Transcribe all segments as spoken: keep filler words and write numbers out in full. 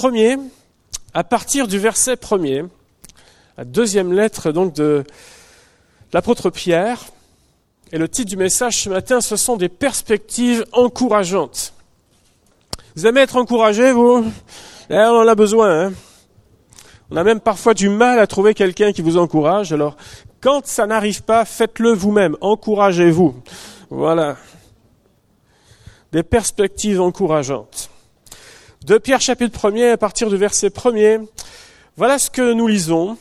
premier, à partir du verset premier, la deuxième lettre donc de l'apôtre Pierre, et le titre du message ce matin, ce sont des perspectives encourageantes. Vous aimez être encouragé, vous ? Eh, on en a besoin, hein. On a même parfois du mal à trouver quelqu'un qui vous encourage. Alors, quand ça n'arrive pas, faites-le vous-même. Encouragez-vous. Voilà. Des perspectives encourageantes. De Pierre chapitre premier, à partir du verset premier, voilà ce que nous lisons.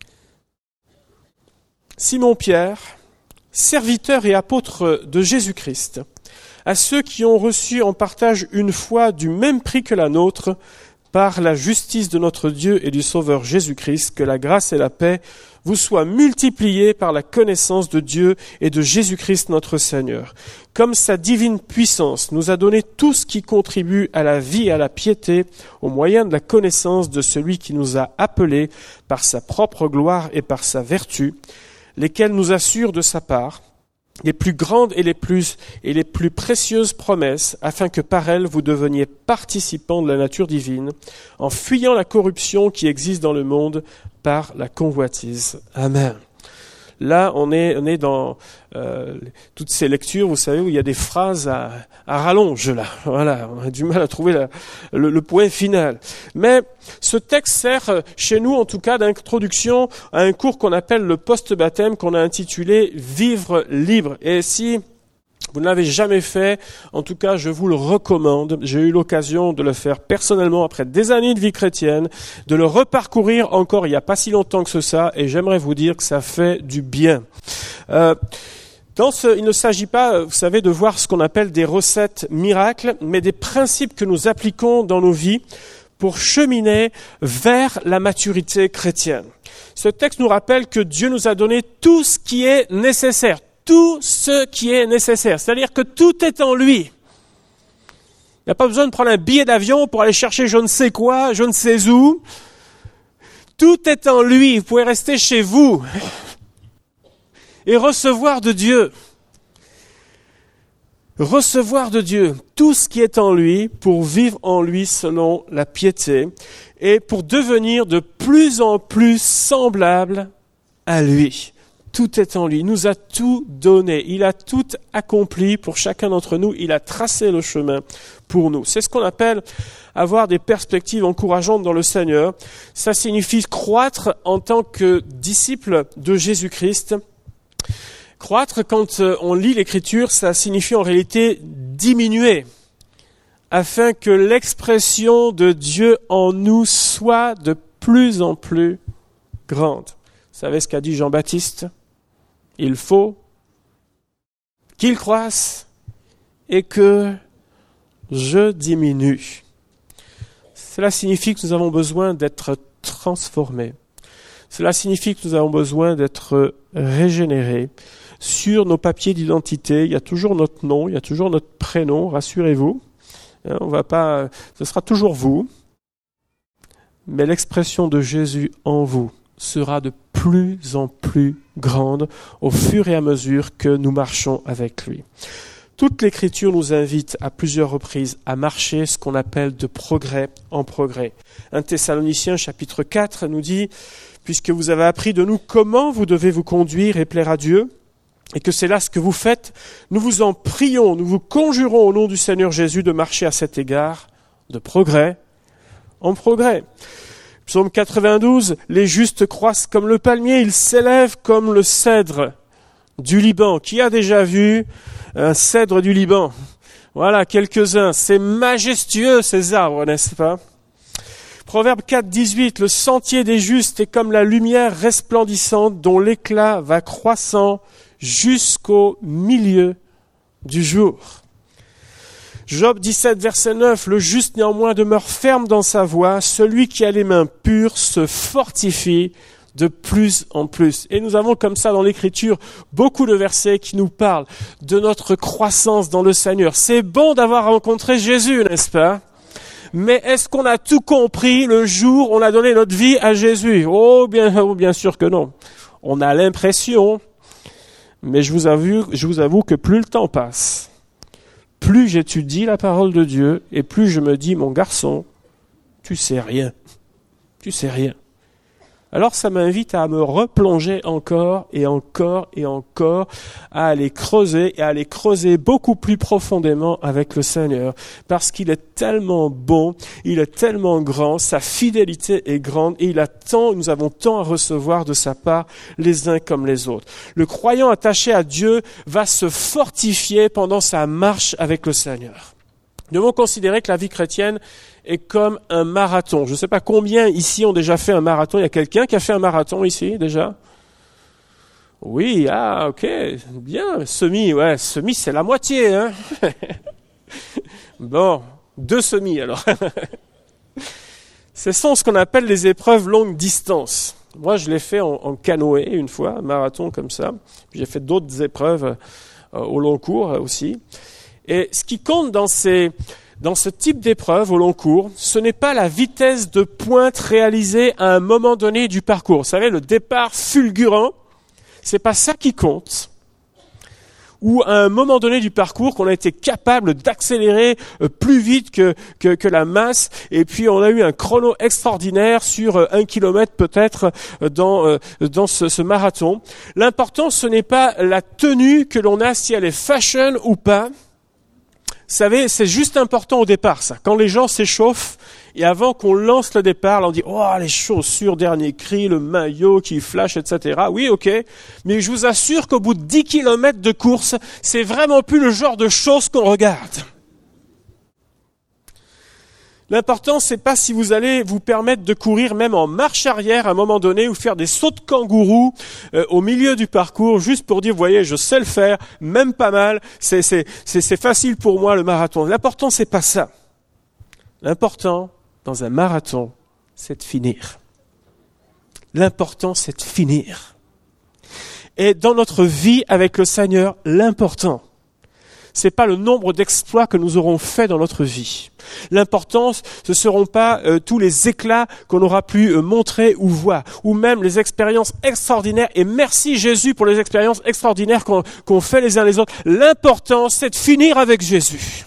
Simon-Pierre, serviteur et apôtre de Jésus-Christ, à ceux qui ont reçu en partage une foi du même prix que la nôtre, par la justice de notre Dieu et du Sauveur Jésus-Christ, que la grâce et la paix vous soient multipliées par la connaissance de Dieu et de Jésus-Christ notre Seigneur. Comme sa divine puissance nous a donné tout ce qui contribue à la vie et à la piété, au moyen de la connaissance de celui qui nous a appelés par sa propre gloire et par sa vertu, lesquels nous assurent de sa part les plus grandes et les plus, et les plus précieuses promesses, afin que par elles vous deveniez participants de la nature divine, en fuyant la corruption qui existe dans le monde par la convoitise. Amen. Là, on est, on est dans euh, toutes ces lectures, vous savez, où il y a des phrases à, à rallonge, là. Voilà, on a du mal à trouver la, le, le point final. Mais ce texte sert, chez nous en tout cas, d'introduction à un cours qu'on appelle le post-baptême, qu'on a intitulé « Vivre libre ». Et si vous ne l'avez jamais fait, en tout cas, je vous le recommande. J'ai eu l'occasion de le faire personnellement après des années de vie chrétienne, de le reparcourir encore il n'y a pas si longtemps que ça, et j'aimerais vous dire que ça fait du bien. Euh, dans ce, il ne s'agit pas, vous savez, de voir ce qu'on appelle des recettes miracles, mais des principes que nous appliquons dans nos vies pour cheminer vers la maturité chrétienne. Ce texte nous rappelle que Dieu nous a donné tout ce qui est nécessaire. Tout ce qui est nécessaire, c'est-à-dire que tout est en lui. Il n'y a pas besoin de prendre un billet d'avion pour aller chercher je ne sais quoi, je ne sais où. Tout est en lui, vous pouvez rester chez vous et recevoir de Dieu. Recevoir de Dieu tout ce qui est en lui pour vivre en lui selon la piété et pour devenir de plus en plus semblable à lui. Tout est en lui. Il nous a tout donné. Il a tout accompli pour chacun d'entre nous. Il a tracé le chemin pour nous. C'est ce qu'on appelle avoir des perspectives encourageantes dans le Seigneur. Ça signifie croître en tant que disciple de Jésus-Christ. Croître, quand on lit l'Écriture, ça signifie en réalité diminuer, afin que l'expression de Dieu en nous soit de plus en plus grande. Vous savez ce qu'a dit Jean-Baptiste ? Il faut qu'il croisse et que je diminue. Cela signifie que nous avons besoin d'être transformés. Cela signifie que nous avons besoin d'être régénérés. Sur nos papiers d'identité, il y a toujours notre nom, il y a toujours notre prénom, rassurez-vous. On va pas, ce sera toujours vous. Mais l'expression de Jésus en vous sera de plus en plus grande au fur et à mesure que nous marchons avec lui. Toute l'Écriture nous invite à plusieurs reprises à marcher ce qu'on appelle de progrès en progrès. un Thessaloniciens chapitre quatre nous dit « Puisque vous avez appris de nous comment vous devez vous conduire et plaire à Dieu, et que c'est là ce que vous faites, nous vous en prions, nous vous conjurons au nom du Seigneur Jésus de marcher à cet égard de progrès en progrès. » Psaume quatre-vingt-douze, les justes croissent comme le palmier, ils s'élèvent comme le cèdre du Liban. Qui a déjà vu un cèdre du Liban ? Voilà, quelques-uns. C'est majestueux ces arbres, n'est-ce pas ? Proverbe quatre, dix-huit, le sentier des justes est comme la lumière resplendissante dont l'éclat va croissant jusqu'au milieu du jour. Job dix-sept, verset neuf, le juste néanmoins demeure ferme dans sa voie, celui qui a les mains pures se fortifie de plus en plus. Et nous avons comme ça dans l'Écriture beaucoup de versets qui nous parlent de notre croissance dans le Seigneur. C'est bon d'avoir rencontré Jésus, n'est-ce pas ? Mais est-ce qu'on a tout compris le jour où on a donné notre vie à Jésus ? Oh, bien, oh, bien sûr que non. On a l'impression, mais je vous avoue, je vous avoue que plus le temps passe, plus j'étudie la parole de Dieu et plus je me dis, mon garçon, tu sais rien. Tu sais rien. Alors ça m'invite à me replonger encore et encore et encore, à aller creuser et à aller creuser beaucoup plus profondément avec le Seigneur, parce qu'il est tellement bon, il est tellement grand, sa fidélité est grande et il a tant, nous avons tant à recevoir de sa part les uns comme les autres. Le croyant attaché à Dieu va se fortifier pendant sa marche avec le Seigneur. Nous devons considérer que la vie chrétienne est comme un marathon. Je ne sais pas combien ici ont déjà fait un marathon. Il y a quelqu'un qui a fait un marathon ici déjà? Oui, ah, ok, bien. Semi, ouais, semi, c'est la moitié, hein. Bon, deux semis alors. Ce sont ce qu'on appelle les épreuves longue distance. Moi, je l'ai fait en, en canoë une fois, un marathon comme ça. J'ai fait d'autres épreuves euh, au long cours aussi. Et ce qui compte dans ces, dans ce type d'épreuve au long cours, ce n'est pas la vitesse de pointe réalisée à un moment donné du parcours. Vous savez, le départ fulgurant, c'est pas ça qui compte. Ou à un moment donné du parcours, qu'on a été capable d'accélérer plus vite que, que, que la masse, et puis on a eu un chrono extraordinaire sur un kilomètre peut-être dans, dans ce, ce marathon. L'important, ce n'est pas la tenue que l'on a, si elle est fashion ou pas. Vous savez, c'est juste important au départ, ça. Quand les gens s'échauffent, et avant qu'on lance le départ, là, on dit « Oh, les chaussures, dernier cri, le maillot qui flash, et cetera » Oui, ok. Mais je vous assure qu'au bout de dix kilomètres de course, c'est vraiment plus le genre de choses qu'on regarde. L'important, c'est pas si vous allez vous permettre de courir même en marche arrière à un moment donné ou faire des sauts de kangourou euh, au milieu du parcours juste pour dire, vous voyez, je sais le faire, même pas mal, c'est, c'est, c'est, c'est facile pour moi le marathon. L'important, c'est pas ça. L'important, dans un marathon, c'est de finir. L'important, c'est de finir. Et dans notre vie avec le Seigneur, l'important, c'est pas le nombre d'exploits que nous aurons faits dans notre vie. L'important, ce ne seront pas euh, tous les éclats qu'on aura pu euh, montrer ou voir, ou même les expériences extraordinaires. Et merci Jésus pour les expériences extraordinaires qu'on, qu'on fait les uns les autres. L'important, c'est de finir avec Jésus.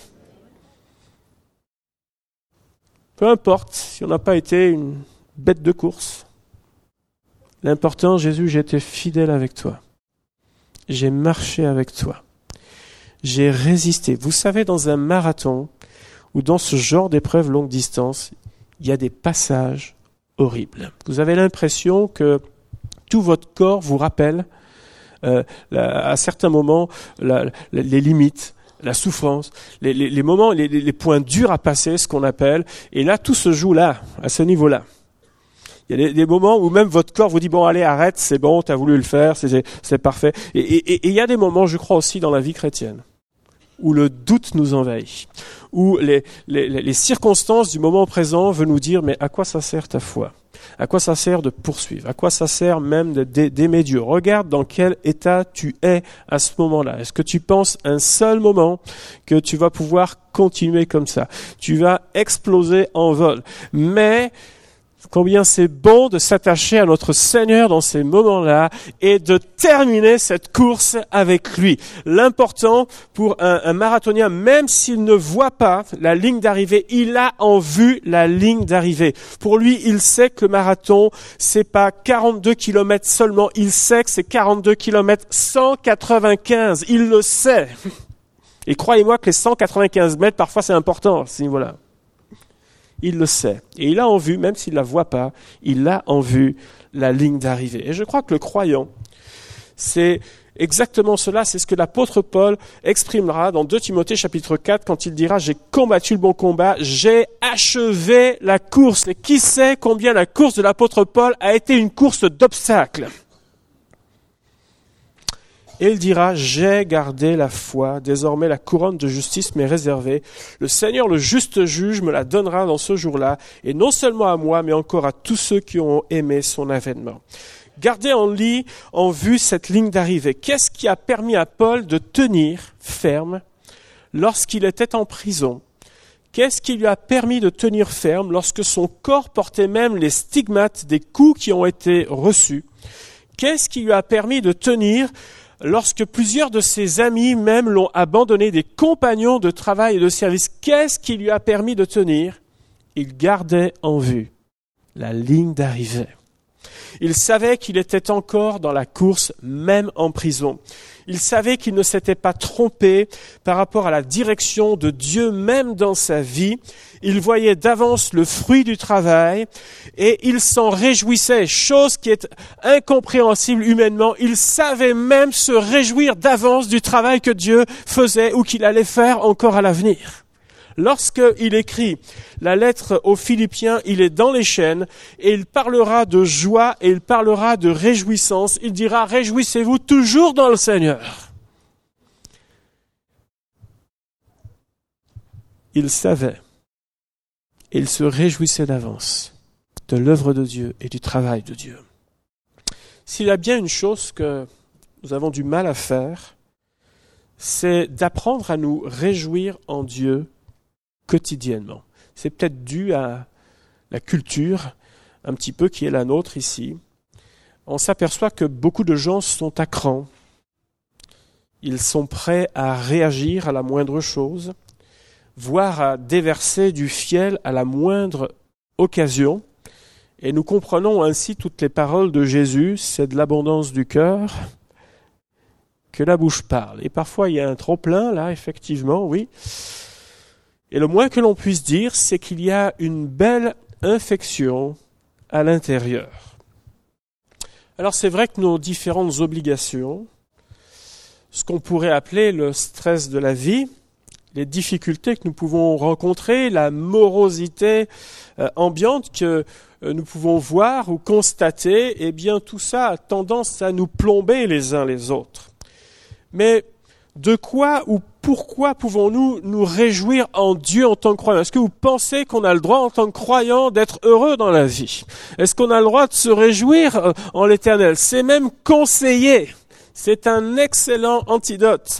Peu importe si on n'a pas été une bête de course. L'important, Jésus, j'ai été fidèle avec toi. J'ai marché avec toi. J'ai résisté. Vous savez, dans un marathon ou dans ce genre d'épreuve longue distance, il y a des passages horribles. Vous avez l'impression que tout votre corps vous rappelle euh, la, à certains moments la, la, les limites, la souffrance, les, les, les moments, les, les points durs à passer, ce qu'on appelle. Et là, tout se joue là, à ce niveau-là. Il y a des, des moments où même votre corps vous dit, bon, allez, arrête, c'est bon, t'as voulu le faire, c'est, c'est parfait. Et, et, et il y a des moments, je crois aussi, dans la vie chrétienne, où le doute nous envahit, où les, les, les circonstances du moment présent veulent nous dire, mais à quoi ça sert ta foi? À quoi ça sert de poursuivre? À quoi ça sert même de, de, d'aimer Dieu? Regarde dans quel état tu es à ce moment-là. Est-ce que tu penses un seul moment que tu vas pouvoir continuer comme ça? Tu vas exploser en vol. Mais combien c'est bon de s'attacher à notre Seigneur dans ces moments-là et de terminer cette course avec lui. L'important pour un, un marathonien, même s'il ne voit pas la ligne d'arrivée, il a en vue la ligne d'arrivée. Pour lui, il sait que le marathon, c'est pas quarante-deux kilomètres seulement, il sait que c'est quarante-deux kilomètres cent quatre-vingt-quinze, il le sait. Et croyez-moi que les cent quatre-vingt-quinze mètres, parfois c'est important à ce niveau-là. Il le sait. Et il a en vue, même s'il ne la voit pas, il a en vue la ligne d'arrivée. Et je crois que le croyant, c'est exactement cela, c'est ce que l'apôtre Paul exprimera dans deux Timothée chapitre quatre quand il dira « J'ai combattu le bon combat, j'ai achevé la course ». Et qui sait combien la course de l'apôtre Paul a été une course d'obstacles? Et il dira, j'ai gardé la foi, désormais la couronne de justice m'est réservée. Le Seigneur, le juste juge, me la donnera dans ce jour-là, et non seulement à moi, mais encore à tous ceux qui ont aimé son avènement. Gardez en lit, en vue, cette ligne d'arrivée. Qu'est-ce qui a permis à Paul de tenir ferme lorsqu'il était en prison? Qu'est-ce qui lui a permis de tenir ferme lorsque son corps portait même les stigmates des coups qui ont été reçus? Qu'est-ce qui lui a permis de tenir lorsque plusieurs de ses amis même l'ont abandonné, des compagnons de travail et de service? Qu'est-ce qui lui a permis de tenir? il gardait en vue la ligne d'arrivée. Il savait qu'il était encore dans la course, même en prison. Il savait qu'il ne s'était pas trompé par rapport à la direction de Dieu, même dans sa vie. Il voyait d'avance le fruit du travail et il s'en réjouissait, chose qui est incompréhensible humainement. Il savait même se réjouir d'avance du travail que Dieu faisait ou qu'il allait faire encore à l'avenir. Lorsqu'il écrit la lettre aux Philippiens, il est dans les chaînes et il parlera de joie et il parlera de réjouissance. Il dira « Réjouissez-vous toujours dans le Seigneur ». Il savait et il se réjouissait d'avance de l'œuvre de Dieu et du travail de Dieu. S'il y a bien une chose que nous avons du mal à faire, c'est d'apprendre à nous réjouir en Dieu quotidiennement. C'est peut-être dû à la culture un petit peu qui est la nôtre ici. On s'aperçoit que beaucoup de gens sont à cran. Ils sont prêts à réagir à la moindre chose, voire à déverser du fiel à la moindre occasion. Et nous comprenons ainsi toutes les paroles de Jésus, c'est de l'abondance du cœur que la bouche parle. Et parfois il y a un trop-plein là, effectivement, oui. Et le moins que l'on puisse dire, c'est qu'il y a une belle infection à l'intérieur. Alors c'est vrai que nos différentes obligations, ce qu'on pourrait appeler le stress de la vie, les difficultés que nous pouvons rencontrer, la morosité euh, ambiante que euh, nous pouvons voir ou constater, eh bien tout ça a tendance à nous plomber les uns les autres. Mais de quoi ou pourquoi pouvons-nous nous réjouir en Dieu en tant que croyants? Est-ce que vous pensez qu'on a le droit en tant que croyants d'être heureux dans la vie? Est-ce qu'on a le droit de se réjouir en l'Éternel? C'est même conseillé. C'est un excellent antidote.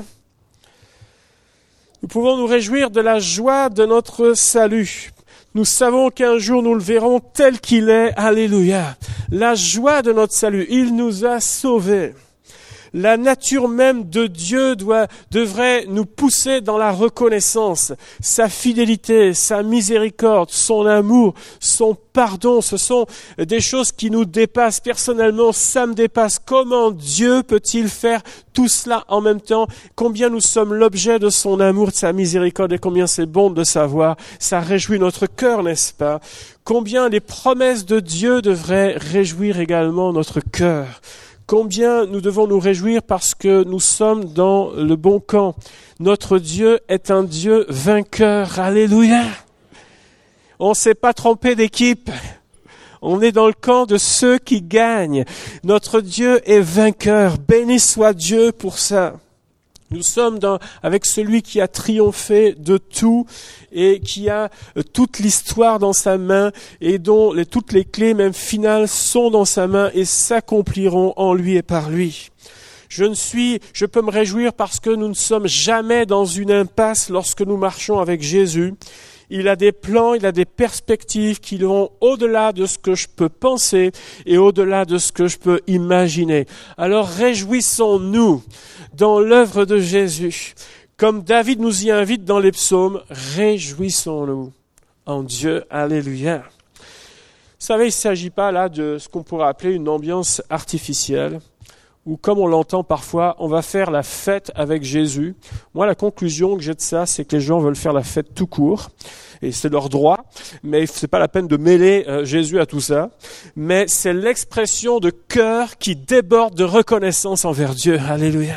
Nous pouvons nous réjouir de la joie de notre salut. Nous savons qu'un jour nous le verrons tel qu'il est. Alléluia. La joie de notre salut. Il nous a sauvés. La nature même de Dieu doit, devrait nous pousser dans la reconnaissance. Sa fidélité, sa miséricorde, son amour, son pardon, ce sont des choses qui nous dépassent. Personnellement, ça me dépasse. Comment Dieu peut-il faire tout cela en même temps? Combien nous sommes l'objet de son amour, de sa miséricorde et combien c'est bon de savoir. Ça réjouit notre cœur, n'est-ce pas? Combien les promesses de Dieu devraient réjouir également notre cœur. Combien nous devons nous réjouir parce que nous sommes dans le bon camp. Notre Dieu est un Dieu vainqueur. Alléluia. On ne s'est pas trompé d'équipe. On est dans le camp de ceux qui gagnent. Notre Dieu est vainqueur. Béni soit Dieu pour ça. Nous sommes dans, avec celui qui a triomphé de tout et qui a toute l'histoire dans sa main et dont les, toutes les clés, même finales, sont dans sa main et s'accompliront en lui et par lui. Je ne suis, je peux me réjouir parce que nous ne sommes jamais dans une impasse lorsque nous marchons avec Jésus. Il a des plans, il a des perspectives qui vont au-delà de ce que je peux penser et au-delà de ce que je peux imaginer. Alors réjouissons-nous dans l'œuvre de Jésus. Comme David nous y invite dans les psaumes, réjouissons-nous en Dieu. Alléluia. Vous savez, il ne s'agit pas là de ce qu'on pourrait appeler une ambiance artificielle, ou comme on l'entend parfois, on va faire la fête avec Jésus. Moi, la conclusion que j'ai de ça, c'est que les gens veulent faire la fête tout court, et c'est leur droit, mais c'est pas la peine de mêler euh, Jésus à tout ça. Mais c'est l'expression de cœur qui déborde de reconnaissance envers Dieu. Alléluia.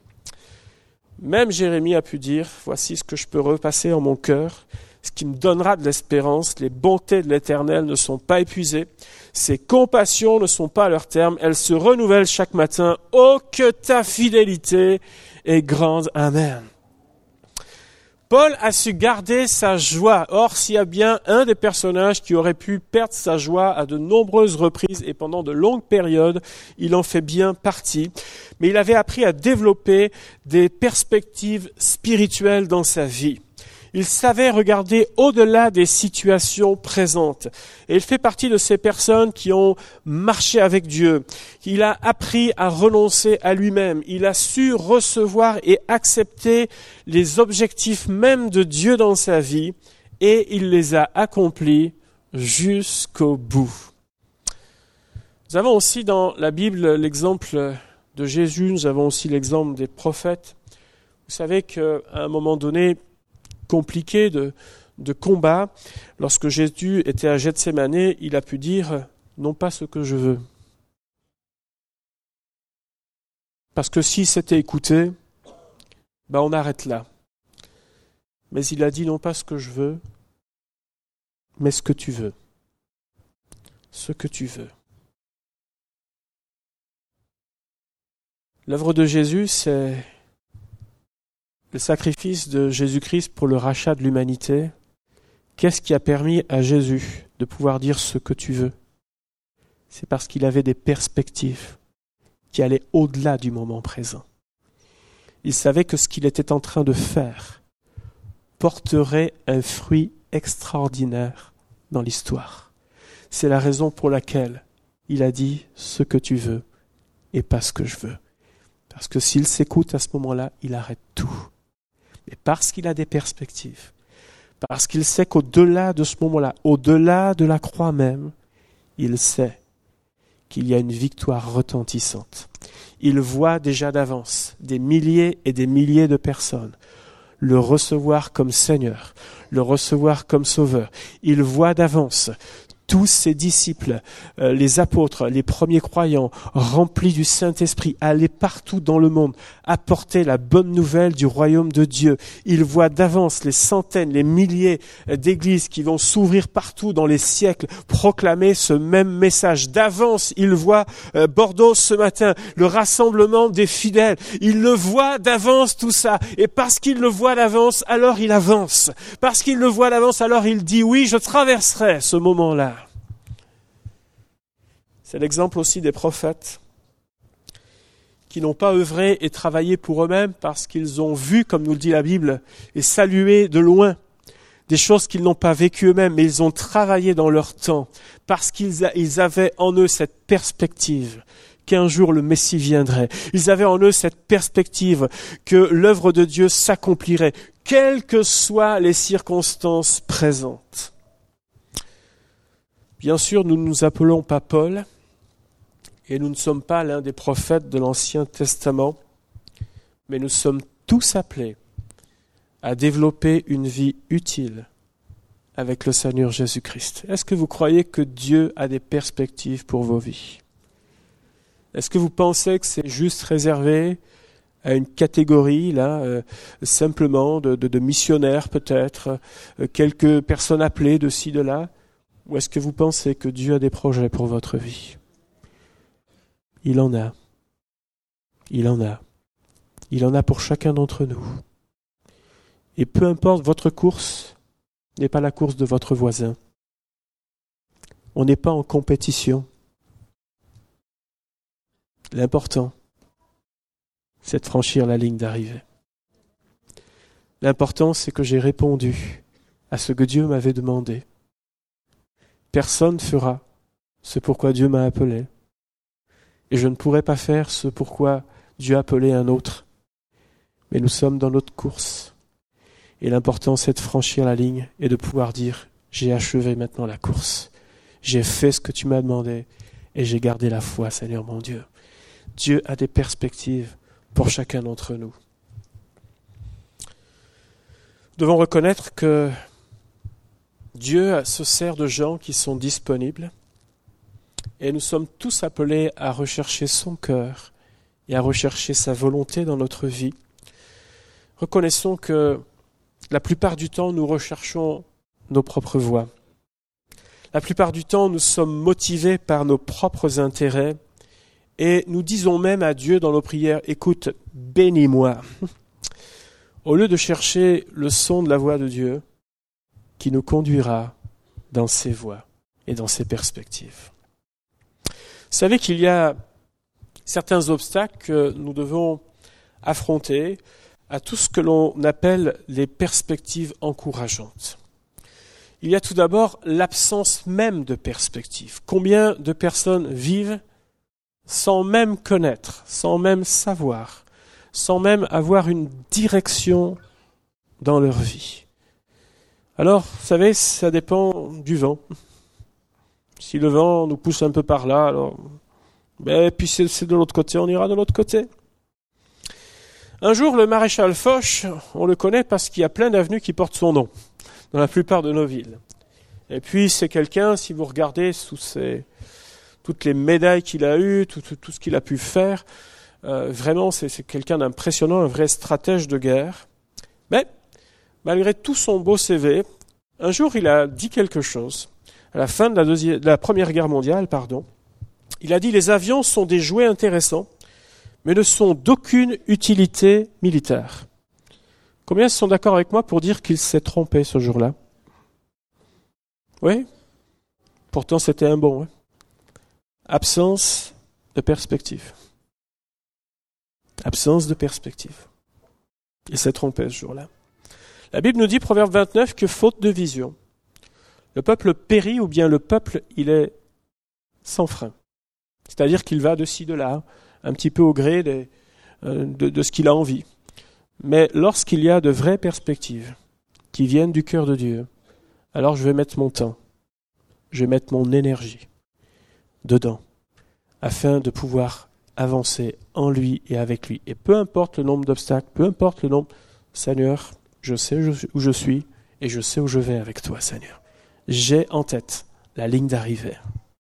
Même Jérémie a pu dire, voici ce que je peux repasser en mon cœur, ce qui me donnera de l'espérance. Les bontés de l'Éternel ne sont pas épuisées. Ses compassions ne sont pas à leur terme. Elles se renouvellent chaque matin. Oh, que ta fidélité est grande. Amen. Paul a su garder sa joie. Or, s'il y a bien un des personnages qui aurait pu perdre sa joie à de nombreuses reprises et pendant de longues périodes, il en fait bien partie. Mais il avait appris à développer des perspectives spirituelles dans sa vie. Il savait regarder au-delà des situations présentes. Et il fait partie de ces personnes qui ont marché avec Dieu. Il a appris à renoncer à lui-même. Il a su recevoir et accepter les objectifs même de Dieu dans sa vie et il les a accomplis jusqu'au bout. Nous avons aussi dans la Bible l'exemple de Jésus, nous avons aussi l'exemple des prophètes. Vous savez qu'à un moment donné, compliqué de, de combat, lorsque Jésus était à Gethsémani, il a pu dire « non pas ce que je veux ». Parce que s'il s'était écouté, ben on arrête là. Mais il a dit non pas ce que je veux, mais ce que tu veux. Ce que tu veux. L'œuvre de Jésus, c'est le sacrifice de Jésus-Christ pour le rachat de l'humanité. Qu'est-ce qui a permis à Jésus de pouvoir dire ce que tu veux? C'est parce qu'il avait des perspectives qui allaient au-delà du moment présent. Il savait que ce qu'il était en train de faire porterait un fruit extraordinaire dans l'histoire. C'est la raison pour laquelle il a dit ce que tu veux et pas ce que je veux. Parce que s'il s'écoute à ce moment-là, il arrête tout. Mais parce qu'il a des perspectives, parce qu'il sait qu'au-delà de ce moment-là, au-delà de la croix même, il sait qu'il y a une victoire retentissante. Il voit déjà d'avance des milliers et des milliers de personnes le recevoir comme Seigneur, le recevoir comme Sauveur. Il voit d'avance tous ses disciples, euh, les apôtres, les premiers croyants, remplis du Saint-Esprit, aller partout dans le monde, apporter la bonne nouvelle du royaume de Dieu. Il voit d'avance les centaines, les milliers d'églises qui vont s'ouvrir partout dans les siècles, proclamer ce même message. D'avance, il voit euh, Bordeaux ce matin, le rassemblement des fidèles. Il le voit d'avance tout ça. Et parce qu'il le voit d'avance, alors il avance. Parce qu'il le voit d'avance, alors il dit oui, je traverserai ce moment-là. C'est l'exemple aussi des prophètes qui n'ont pas œuvré et travaillé pour eux-mêmes parce qu'ils ont vu, comme nous le dit la Bible, et salué de loin des choses qu'ils n'ont pas vécues eux-mêmes, mais ils ont travaillé dans leur temps parce qu'ils a, ils avaient en eux cette perspective qu'un jour le Messie viendrait. Ils avaient en eux cette perspective que l'œuvre de Dieu s'accomplirait, quelles que soient les circonstances présentes. Bien sûr, nous ne nous appelons pas Paul, et nous ne sommes pas l'un des prophètes de l'Ancien Testament, mais nous sommes tous appelés à développer une vie utile avec le Seigneur Jésus-Christ. Est-ce que vous croyez que Dieu a des perspectives pour vos vies? Est-ce que vous pensez que c'est juste réservé à une catégorie, là, euh, simplement de, de, de missionnaires peut-être, euh, quelques personnes appelées de ci, de là? Ou est-ce que vous pensez que Dieu a des projets pour votre vie? Il en a. Il en a. Il en a pour chacun d'entre nous. Et peu importe, votre course n'est pas la course de votre voisin. On n'est pas en compétition. L'important, c'est de franchir la ligne d'arrivée. L'important, c'est que j'ai répondu à ce que Dieu m'avait demandé. Personne ne fera ce pourquoi Dieu m'a appelé. Et je ne pourrais pas faire ce pourquoi Dieu a appelé un autre. Mais nous sommes dans notre course. Et l'important, c'est de franchir la ligne et de pouvoir dire, j'ai achevé maintenant la course. J'ai fait ce que tu m'as demandé et j'ai gardé la foi, Seigneur mon Dieu. Dieu a des perspectives pour chacun d'entre nous. Nous devons reconnaître que Dieu se sert de gens qui sont disponibles et nous sommes tous appelés à rechercher son cœur et à rechercher sa volonté dans notre vie. Reconnaissons que la plupart du temps, nous recherchons nos propres voies. La plupart du temps, nous sommes motivés par nos propres intérêts et nous disons même à Dieu dans nos prières, « Écoute, bénis-moi » au lieu de chercher le son de la voix de Dieu qui nous conduira dans ses voies et dans ses perspectives. Vous savez qu'il y a certains obstacles que nous devons affronter à tout ce que l'on appelle les perspectives encourageantes. Il y a tout d'abord l'absence même de perspective. Combien de personnes vivent sans même connaître, sans même savoir, sans même avoir une direction dans leur vie? Alors, vous savez, ça dépend du vent. Si le vent nous pousse un peu par là, alors... Ben, puis c'est, c'est de l'autre côté, on ira de l'autre côté. Un jour, le maréchal Foch, on le connaît parce qu'il y a plein d'avenues qui portent son nom, dans la plupart de nos villes. Et puis, c'est quelqu'un, si vous regardez sous ses, toutes les médailles qu'il a eues, tout, tout, tout ce qu'il a pu faire, euh, vraiment, c'est, c'est quelqu'un d'impressionnant, un vrai stratège de guerre. Mais, malgré tout son beau C V, un jour, il a dit quelque chose, à la fin de la, deuxième, de la Première Guerre mondiale, pardon. Il a dit « Les avions sont des jouets intéressants, mais ne sont d'aucune utilité militaire. » Combien sont d'accord avec moi pour dire qu'il s'est trompé ce jour-là? Oui? Pourtant, c'était un bon. Hein? Absence de perspective. Absence de perspective. Il s'est trompé ce jour-là. La Bible nous dit, Proverbe vingt-neuf, que faute de vision, le peuple périt ou bien le peuple, il est sans frein. C'est-à-dire qu'il va de ci, de là, un petit peu au gré des, euh, de, de ce qu'il a envie. Mais lorsqu'il y a de vraies perspectives qui viennent du cœur de Dieu, alors je vais mettre mon temps, je vais mettre mon énergie dedans, afin de pouvoir avancer en lui et avec lui. Et peu importe le nombre d'obstacles, peu importe le nombre, Seigneur, je sais où je suis et je sais où je vais avec toi, Seigneur. J'ai en tête la ligne d'arrivée.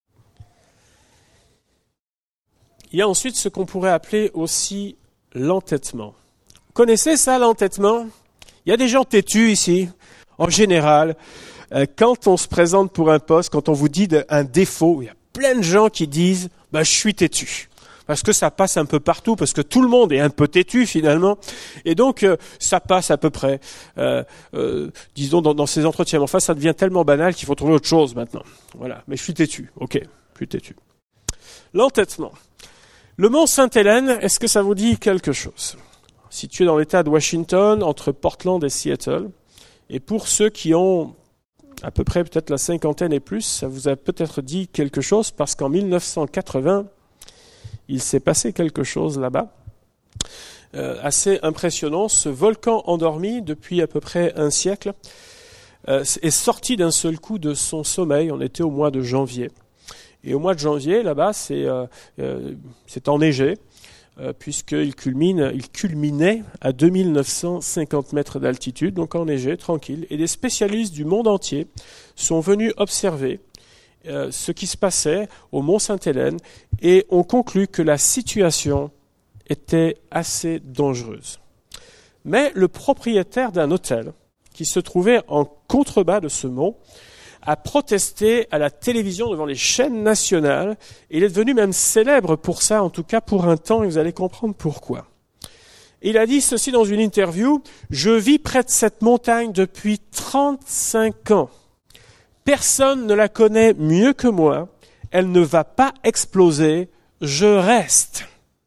Il y a ensuite ce qu'on pourrait appeler aussi l'entêtement. Vous connaissez ça, l'entêtement? Il y a des gens têtus ici. En général, euh, quand on se présente pour un poste, quand on vous dit de, un défaut, il y a plein de gens qui disent bah, « je suis têtu ». Parce que ça passe un peu partout, parce que tout le monde est un peu têtu finalement. Et donc, euh, ça passe à peu près, euh, euh, disons, dans, dans ces entretiens. Mais enfin, ça devient tellement banal qu'il faut trouver autre chose maintenant. Voilà, mais je suis têtu. Ok, je suis têtu. L'entêtement. Le mont Sainte-Hélène, est-ce que ça vous dit quelque chose? Situé dans l'État de Washington, entre Portland et Seattle. Et pour ceux qui ont à peu près peut-être la cinquantaine et plus, ça vous a peut-être dit quelque chose, parce qu'en mille neuf cent quatre-vingts, il s'est passé quelque chose là-bas. Euh, assez impressionnant. Ce volcan endormi depuis à peu près un siècle euh, est sorti d'un seul coup de son sommeil. On était au mois de janvier. Et au mois de janvier, là-bas, c'est, euh, euh, c'est enneigé, euh, puisqu'il culmine, il culminait à deux mille neuf cent cinquante mètres d'altitude, donc enneigé, tranquille. Et des spécialistes du monde entier sont venus observer euh, ce qui se passait au mont Sainte-Hélène et ont conclu que la situation était assez dangereuse. Mais le propriétaire d'un hôtel, qui se trouvait en contrebas de ce mont, a protesté à la télévision devant les chaînes nationales, et il est devenu même célèbre pour ça, en tout cas pour un temps, et vous allez comprendre pourquoi. Il a dit ceci dans une interview, « Je vis près de cette montagne depuis trente-cinq ans. Personne ne la connaît mieux que moi. Elle ne va pas exploser. Je reste. »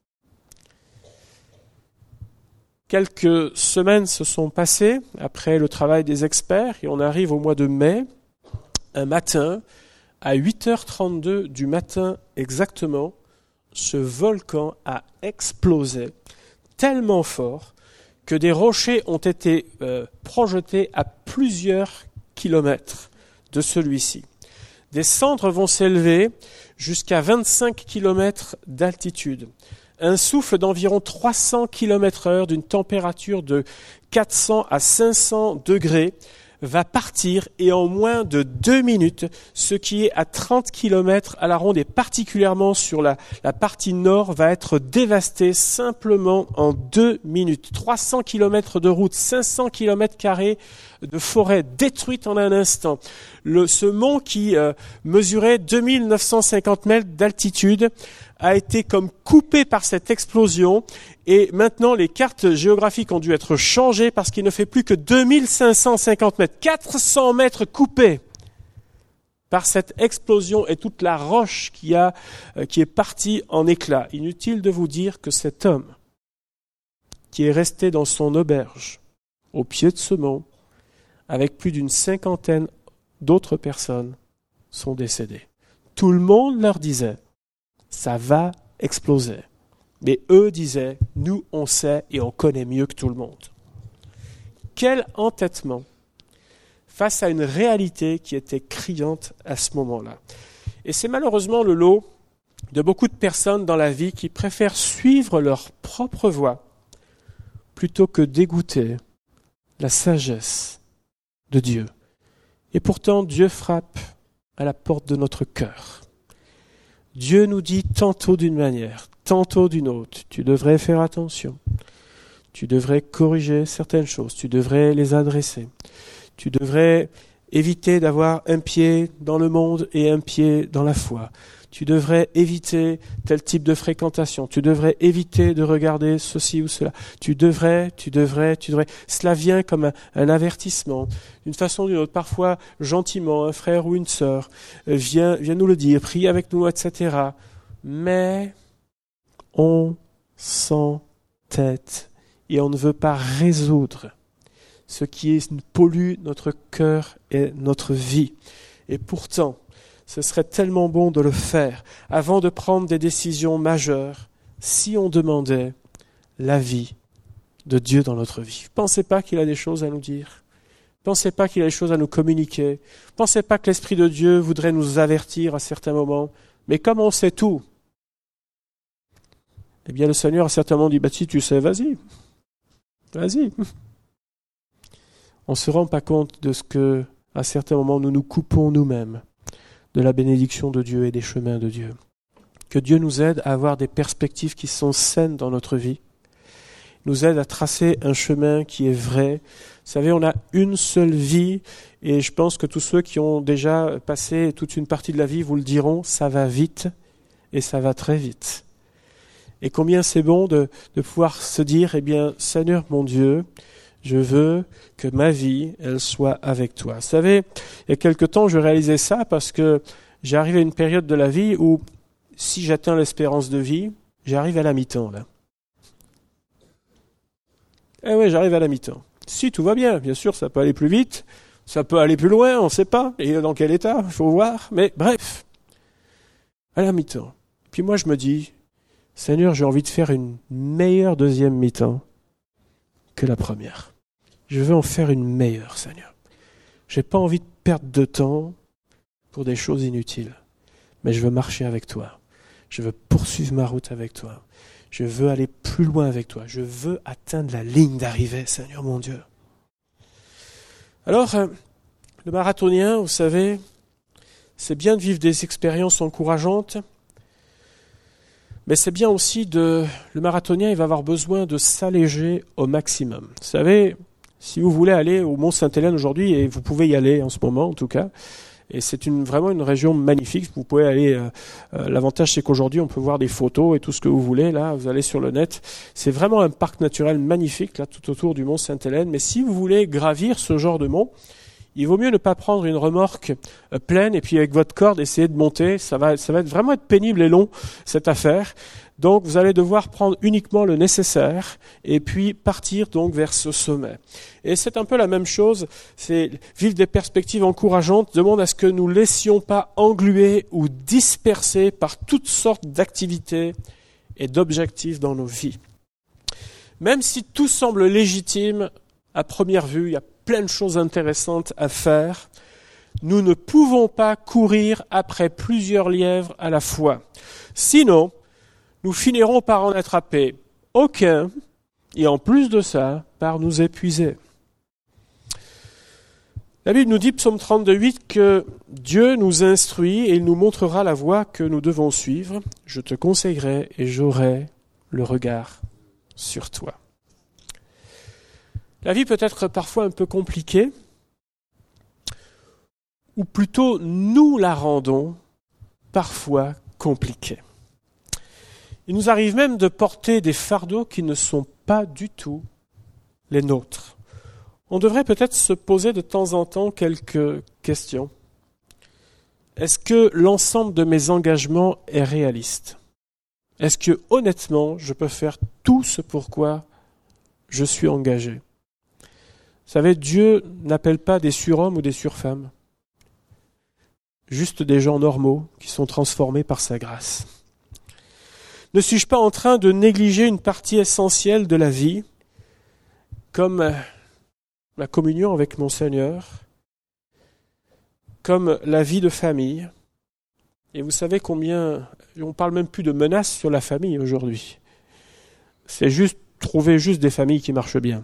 Quelques semaines se sont passées après le travail des experts, et on arrive au mois de mai. Un matin, à huit heures trente-deux du matin exactement, ce volcan a explosé tellement fort que des rochers ont été euh, projetés à plusieurs kilomètres de celui-ci. Des cendres vont s'élever jusqu'à vingt-cinq kilomètres d'altitude. Un souffle d'environ trois cents kilomètres heure d'une température de quatre cents à cinq cents degrés va partir et en moins de deux minutes, ce qui est à trente kilomètres à la ronde et particulièrement sur la, la partie nord, va être dévasté simplement en deux minutes. trois cents kilomètres de route, cinq cents kilomètres carrés de forêt détruite en un instant. Le, ce mont qui euh, mesurait deux mille neuf cent cinquante mètres d'altitude a été comme coupé par cette explosion et maintenant les cartes géographiques ont dû être changées parce qu'il ne fait plus que deux mille cinq cent cinquante mètres, quatre cents mètres coupés par cette explosion et toute la roche qui, a, euh, qui est partie en éclats. Inutile de vous dire que cet homme qui est resté dans son auberge au pied de ce mont avec plus d'une cinquantaine d'autres personnes sont décédées. Tout le monde leur disait ça va exploser. Mais eux disaient, nous on sait et on connaît mieux que tout le monde. Quel entêtement face à une réalité qui était criante à ce moment-là. Et c'est malheureusement le lot de beaucoup de personnes dans la vie qui préfèrent suivre leur propre voie plutôt que d'écouter la sagesse de Dieu. Et pourtant, Dieu frappe à la porte de notre cœur. Dieu nous dit tantôt d'une manière, tantôt d'une autre, tu devrais faire attention, tu devrais corriger certaines choses, tu devrais les adresser, tu devrais éviter d'avoir un pied dans le monde et un pied dans la foi. Tu devrais éviter tel type de fréquentation. Tu devrais éviter de regarder ceci ou cela. Tu devrais, tu devrais, tu devrais. Cela vient comme un, un avertissement. D'une façon ou d'une autre, parfois gentiment, un frère ou une sœur vient, vient nous le dire, prie avec nous, et cetera. Mais on s'entête et on ne veut pas résoudre ce qui pollue notre cœur et notre vie. Et pourtant, ce serait tellement bon de le faire avant de prendre des décisions majeures si on demandait l'avis de Dieu dans notre vie. Pensez pas qu'il a des choses à nous dire. Pensez pas qu'il a des choses à nous communiquer. Pensez pas que l'Esprit de Dieu voudrait nous avertir à certains moments. Mais comme on sait tout, eh bien le Seigneur a certainement dit, bah si tu sais, vas-y. Vas-y. On ne se rend pas compte de ce que, à certains moments, nous nous coupons nous-mêmes de la bénédiction de Dieu et des chemins de Dieu. Que Dieu nous aide à avoir des perspectives qui sont saines dans notre vie, nous aide à tracer un chemin qui est vrai. Vous savez, on a une seule vie, et je pense que tous ceux qui ont déjà passé toute une partie de la vie vous le diront, ça va vite, et ça va très vite. Et combien c'est bon de, de pouvoir se dire, eh bien, Seigneur mon Dieu, je veux que ma vie, elle soit avec toi. Vous savez, il y a quelque temps, je réalisais ça parce que j'ai arrivé à une période de la vie où, si j'atteins l'espérance de vie, j'arrive à la mi-temps, là. Eh oui, j'arrive à la mi-temps. Si, tout va bien. Bien sûr, ça peut aller plus vite, ça peut aller plus loin, on ne sait pas. Et dans quel état, il faut voir. Mais bref, à la mi-temps. Puis moi, je me dis, Seigneur, j'ai envie de faire une meilleure deuxième mi-temps que la première. Je veux en faire une meilleure, Seigneur. Je n'ai pas envie de perdre de temps pour des choses inutiles. Mais je veux marcher avec toi. Je veux poursuivre ma route avec toi. Je veux aller plus loin avec toi. Je veux atteindre la ligne d'arrivée, Seigneur mon Dieu. Alors, le marathonien, vous savez, c'est bien de vivre des expériences encourageantes, mais c'est bien aussi de... Le marathonien, il va avoir besoin de s'alléger au maximum. Vous savez, si vous voulez aller au Mont Sainte-Hélène aujourd'hui, et vous pouvez y aller en ce moment en tout cas, et c'est une, vraiment une région magnifique, vous pouvez aller, euh, euh, l'avantage c'est qu'aujourd'hui on peut voir des photos et tout ce que vous voulez, là, vous allez sur le net, c'est vraiment un parc naturel magnifique, là, tout autour du Mont Sainte-Hélène, mais si vous voulez gravir ce genre de mont, il vaut mieux ne pas prendre une remorque euh, pleine et puis avec votre corde essayer de monter, ça va, ça va être vraiment être pénible et long, cette affaire. Donc vous allez devoir prendre uniquement le nécessaire et puis partir donc vers ce sommet. Et c'est un peu la même chose, c'est vivre des perspectives encourageantes, demande à ce que nous ne laissions pas engluer ou disperser par toutes sortes d'activités et d'objectifs dans nos vies. Même si tout semble légitime à première vue, il y a plein de choses intéressantes à faire, nous ne pouvons pas courir après plusieurs lièvres à la fois. Sinon, nous finirons par en attraper aucun, et en plus de ça, par nous épuiser. La Bible nous dit, psaume trente-deux, huit, que Dieu nous instruit et il nous montrera la voie que nous devons suivre. Je te conseillerai et j'aurai le regard sur toi. La vie peut être parfois un peu compliquée, ou plutôt nous la rendons parfois compliquée. Il nous arrive même de porter des fardeaux qui ne sont pas du tout les nôtres. On devrait peut-être se poser de temps en temps quelques questions. Est-ce que l'ensemble de mes engagements est réaliste ? Est-ce que, honnêtement, je peux faire tout ce pourquoi je suis engagé ? Vous savez, Dieu n'appelle pas des surhommes ou des surfemmes, juste des gens normaux qui sont transformés par sa grâce. Ne suis-je pas en train de négliger une partie essentielle de la vie, comme la communion avec mon Seigneur, comme la vie de famille. Et vous savez combien, on parle même plus de menaces sur la famille aujourd'hui. C'est juste trouver juste des familles qui marchent bien.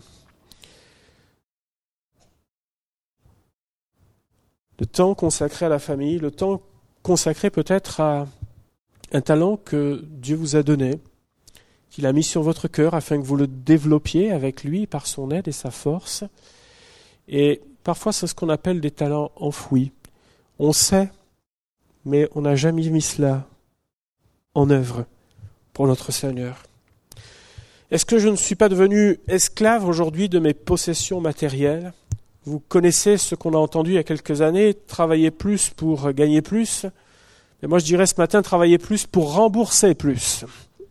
Le temps consacré à la famille, le temps consacré peut-être à un talent que Dieu vous a donné, qu'il a mis sur votre cœur afin que vous le développiez avec lui par son aide et sa force. Et parfois c'est ce qu'on appelle des talents enfouis. On sait, mais on n'a jamais mis cela en œuvre pour notre Seigneur. Est-ce que je ne suis pas devenu esclave aujourd'hui de mes possessions matérielles ? Vous connaissez ce qu'on a entendu il y a quelques années, travailler plus pour gagner plus. Mais moi je dirais ce matin, travailler plus pour rembourser plus.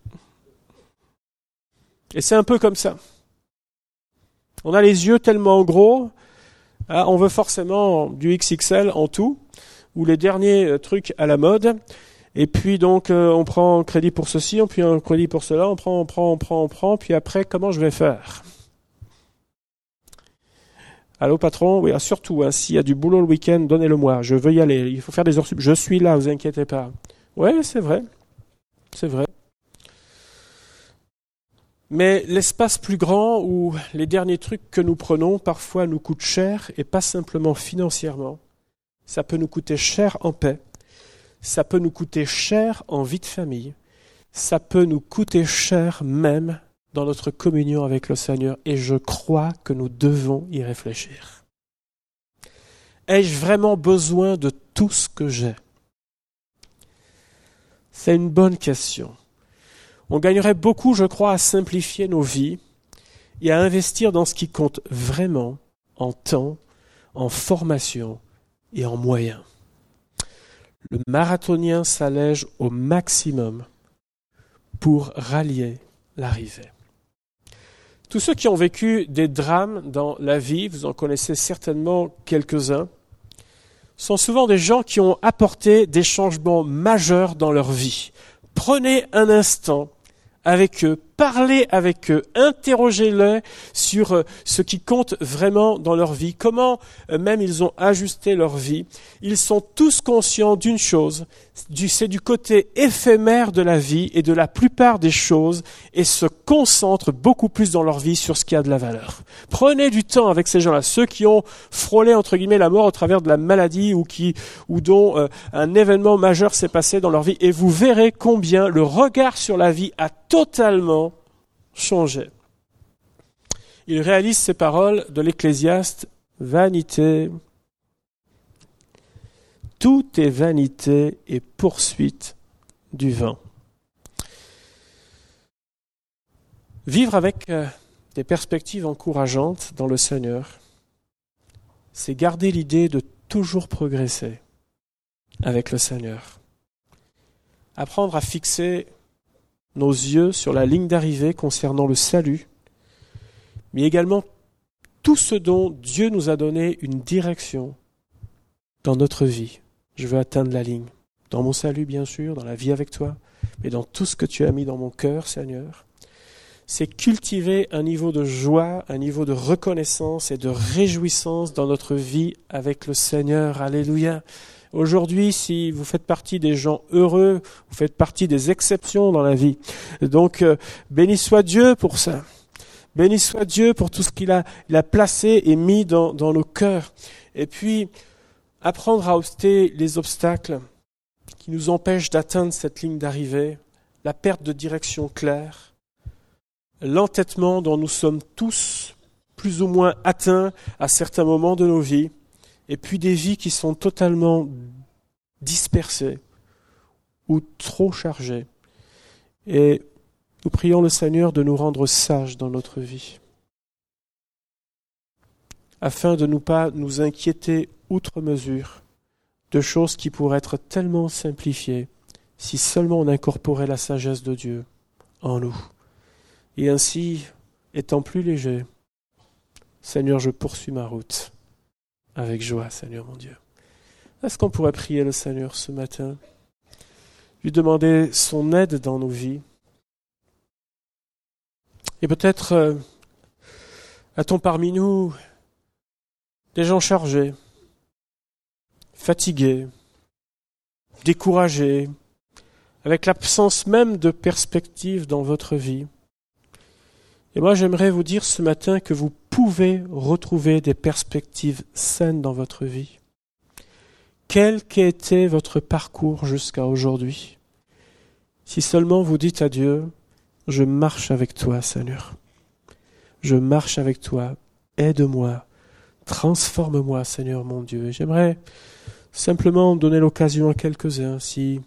Et c'est un peu comme ça. On a les yeux tellement gros, hein, on veut forcément du X X L en tout, ou les derniers trucs à la mode. Et puis donc euh, on prend crédit pour ceci, on prend un crédit pour cela, on prend, on prend, on prend, on prend, puis après comment je vais faire ? Allô patron, oui, surtout, hein, s'il y a du boulot le week-end, donnez-le-moi, je veux y aller, il faut faire des heures sup, je suis là, vous inquiétez pas. Oui, c'est vrai, c'est vrai. Mais l'espace plus grand où les derniers trucs que nous prenons parfois nous coûtent cher, et pas simplement financièrement, ça peut nous coûter cher en paix, ça peut nous coûter cher en vie de famille, ça peut nous coûter cher même dans notre communion avec le Seigneur, et je crois que nous devons y réfléchir. Ai-je vraiment besoin de tout ce que j'ai ? C'est une bonne question. On gagnerait beaucoup, je crois, à simplifier nos vies et à investir dans ce qui compte vraiment en temps, en formation et en moyens. Le marathonien s'allège au maximum pour rallier l'arrivée. Tous ceux qui ont vécu des drames dans la vie, vous en connaissez certainement quelques-uns, sont souvent des gens qui ont apporté des changements majeurs dans leur vie. Prenez un instant avec eux, parlez avec eux, interrogez-les sur ce qui compte vraiment dans leur vie, comment même ils ont ajusté leur vie. Ils sont tous conscients d'une chose, c'est du côté éphémère de la vie et de la plupart des choses, et se concentrent beaucoup plus dans leur vie sur ce qui a de la valeur. Prenez du temps avec ces gens-là, ceux qui ont frôlé entre guillemets la mort au travers de la maladie ou qui ou dont euh, un événement majeur s'est passé dans leur vie, et vous verrez combien le regard sur la vie a totalement changé. Il réalise ces paroles de l'Ecclésiaste: vanité. Tout est vanité et poursuite du vent. Vivre avec euh, des perspectives encourageantes dans le Seigneur, c'est garder l'idée de toujours progresser avec le Seigneur. Apprendre à fixer nos yeux sur la ligne d'arrivée concernant le salut, mais également tout ce dont Dieu nous a donné une direction dans notre vie. Je veux atteindre la ligne, dans mon salut bien sûr, dans la vie avec toi, mais dans tout ce que tu as mis dans mon cœur, Seigneur. C'est cultiver un niveau de joie, un niveau de reconnaissance et de réjouissance dans notre vie avec le Seigneur. Alléluia. Aujourd'hui, si vous faites partie des gens heureux, vous faites partie des exceptions dans la vie. Donc, euh, béni soit Dieu pour ça. Béni soit Dieu pour tout ce qu'il a, il a placé et mis dans, dans nos cœurs. Et puis, apprendre à ôter les obstacles qui nous empêchent d'atteindre cette ligne d'arrivée, la perte de direction claire, l'entêtement dont nous sommes tous plus ou moins atteints à certains moments de nos vies, et puis des vies qui sont totalement dispersées ou trop chargées. Et nous prions le Seigneur de nous rendre sages dans notre vie, afin de ne pas nous inquiéter outre mesure de choses qui pourraient être tellement simplifiées si seulement on incorporait la sagesse de Dieu en nous. Et ainsi, étant plus léger, Seigneur, je poursuis ma route avec joie, Seigneur mon Dieu. Est-ce qu'on pourrait prier le Seigneur ce matin, lui demander son aide dans nos vies? Et peut-être euh, a-t-on parmi nous des gens chargés, fatigués, découragés, avec l'absence même de perspective dans votre vie. Et moi, j'aimerais vous dire ce matin que vous pouvez retrouver des perspectives saines dans votre vie. Quel qu'ait été votre parcours jusqu'à aujourd'hui, si seulement vous dites à Dieu, je marche avec toi, Seigneur. Je marche avec toi. Aide-moi. Transforme-moi, Seigneur mon Dieu. Et j'aimerais simplement donner l'occasion à quelques-uns, si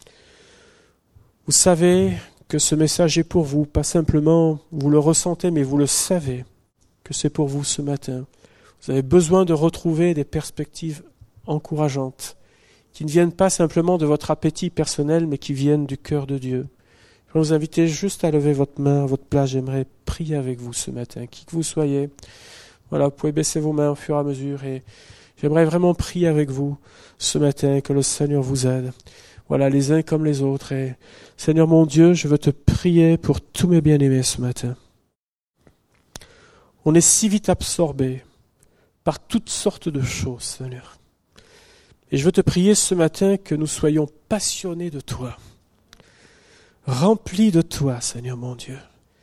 vous savez que ce message est pour vous, pas simplement vous le ressentez, mais vous le savez que c'est pour vous ce matin. Vous avez besoin de retrouver des perspectives encourageantes, qui ne viennent pas simplement de votre appétit personnel, mais qui viennent du cœur de Dieu. Je vais vous inviter juste à lever votre main à votre place. J'aimerais prier avec vous ce matin, qui que vous soyez. Voilà, vous pouvez baisser vos mains au fur et à mesure et j'aimerais vraiment prier avec vous ce matin, que le Seigneur vous aide. Voilà, les uns comme les autres. Et Seigneur mon Dieu, je veux te prier pour tous mes bien-aimés ce matin. On est si vite absorbé par toutes sortes de choses, Seigneur. Et je veux te prier ce matin que nous soyons passionnés de toi, remplis de toi, Seigneur mon Dieu,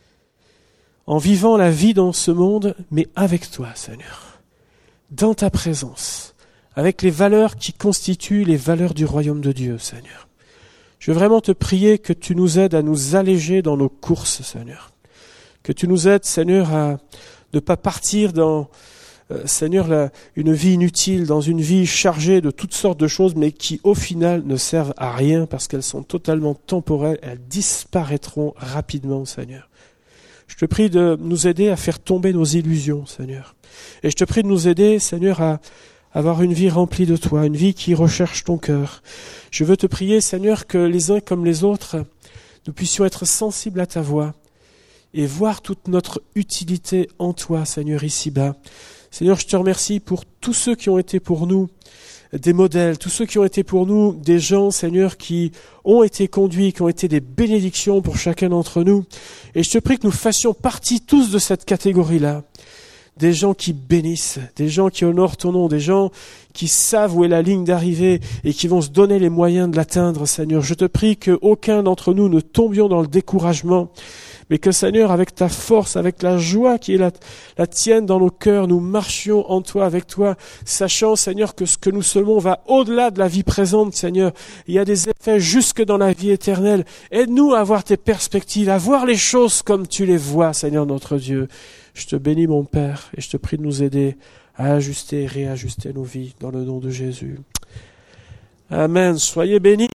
en vivant la vie dans ce monde, mais avec toi, Seigneur, dans ta présence, avec les valeurs qui constituent les valeurs du royaume de Dieu, Seigneur. Je veux vraiment te prier que tu nous aides à nous alléger dans nos courses, Seigneur. Que tu nous aides, Seigneur, à ne pas partir dans, euh, Seigneur, la, une vie inutile, dans une vie chargée de toutes sortes de choses, mais qui, au final, ne servent à rien parce qu'elles sont totalement temporelles, elles disparaîtront rapidement, Seigneur. Je te prie de nous aider à faire tomber nos illusions, Seigneur. Et je te prie de nous aider, Seigneur, à avoir une vie remplie de toi, une vie qui recherche ton cœur. Je veux te prier, Seigneur, que les uns comme les autres, nous puissions être sensibles à ta voix et voir toute notre utilité en toi, Seigneur, ici-bas. Seigneur, je te remercie pour tous ceux qui ont été pour nous des modèles, tous ceux qui ont été pour nous des gens, Seigneur, qui ont été conduits, qui ont été des bénédictions pour chacun d'entre nous. Et je te prie que nous fassions partie tous de cette catégorie-là. Des gens qui bénissent, des gens qui honorent ton nom, des gens qui savent où est la ligne d'arrivée et qui vont se donner les moyens de l'atteindre, Seigneur. Je te prie qu'aucun d'entre nous ne tombions dans le découragement, mais que, Seigneur, avec ta force, avec la joie qui est la, la tienne dans nos cœurs, nous marchions en toi, avec toi, sachant, Seigneur, que ce que nous semons va au-delà de la vie présente, Seigneur. Il y a des effets jusque dans la vie éternelle. Aide-nous à voir tes perspectives, à voir les choses comme tu les vois, Seigneur notre Dieu. Je te bénis, mon Père, et je te prie de nous aider à ajuster et réajuster nos vies dans le nom de Jésus. Amen. Soyez bénis.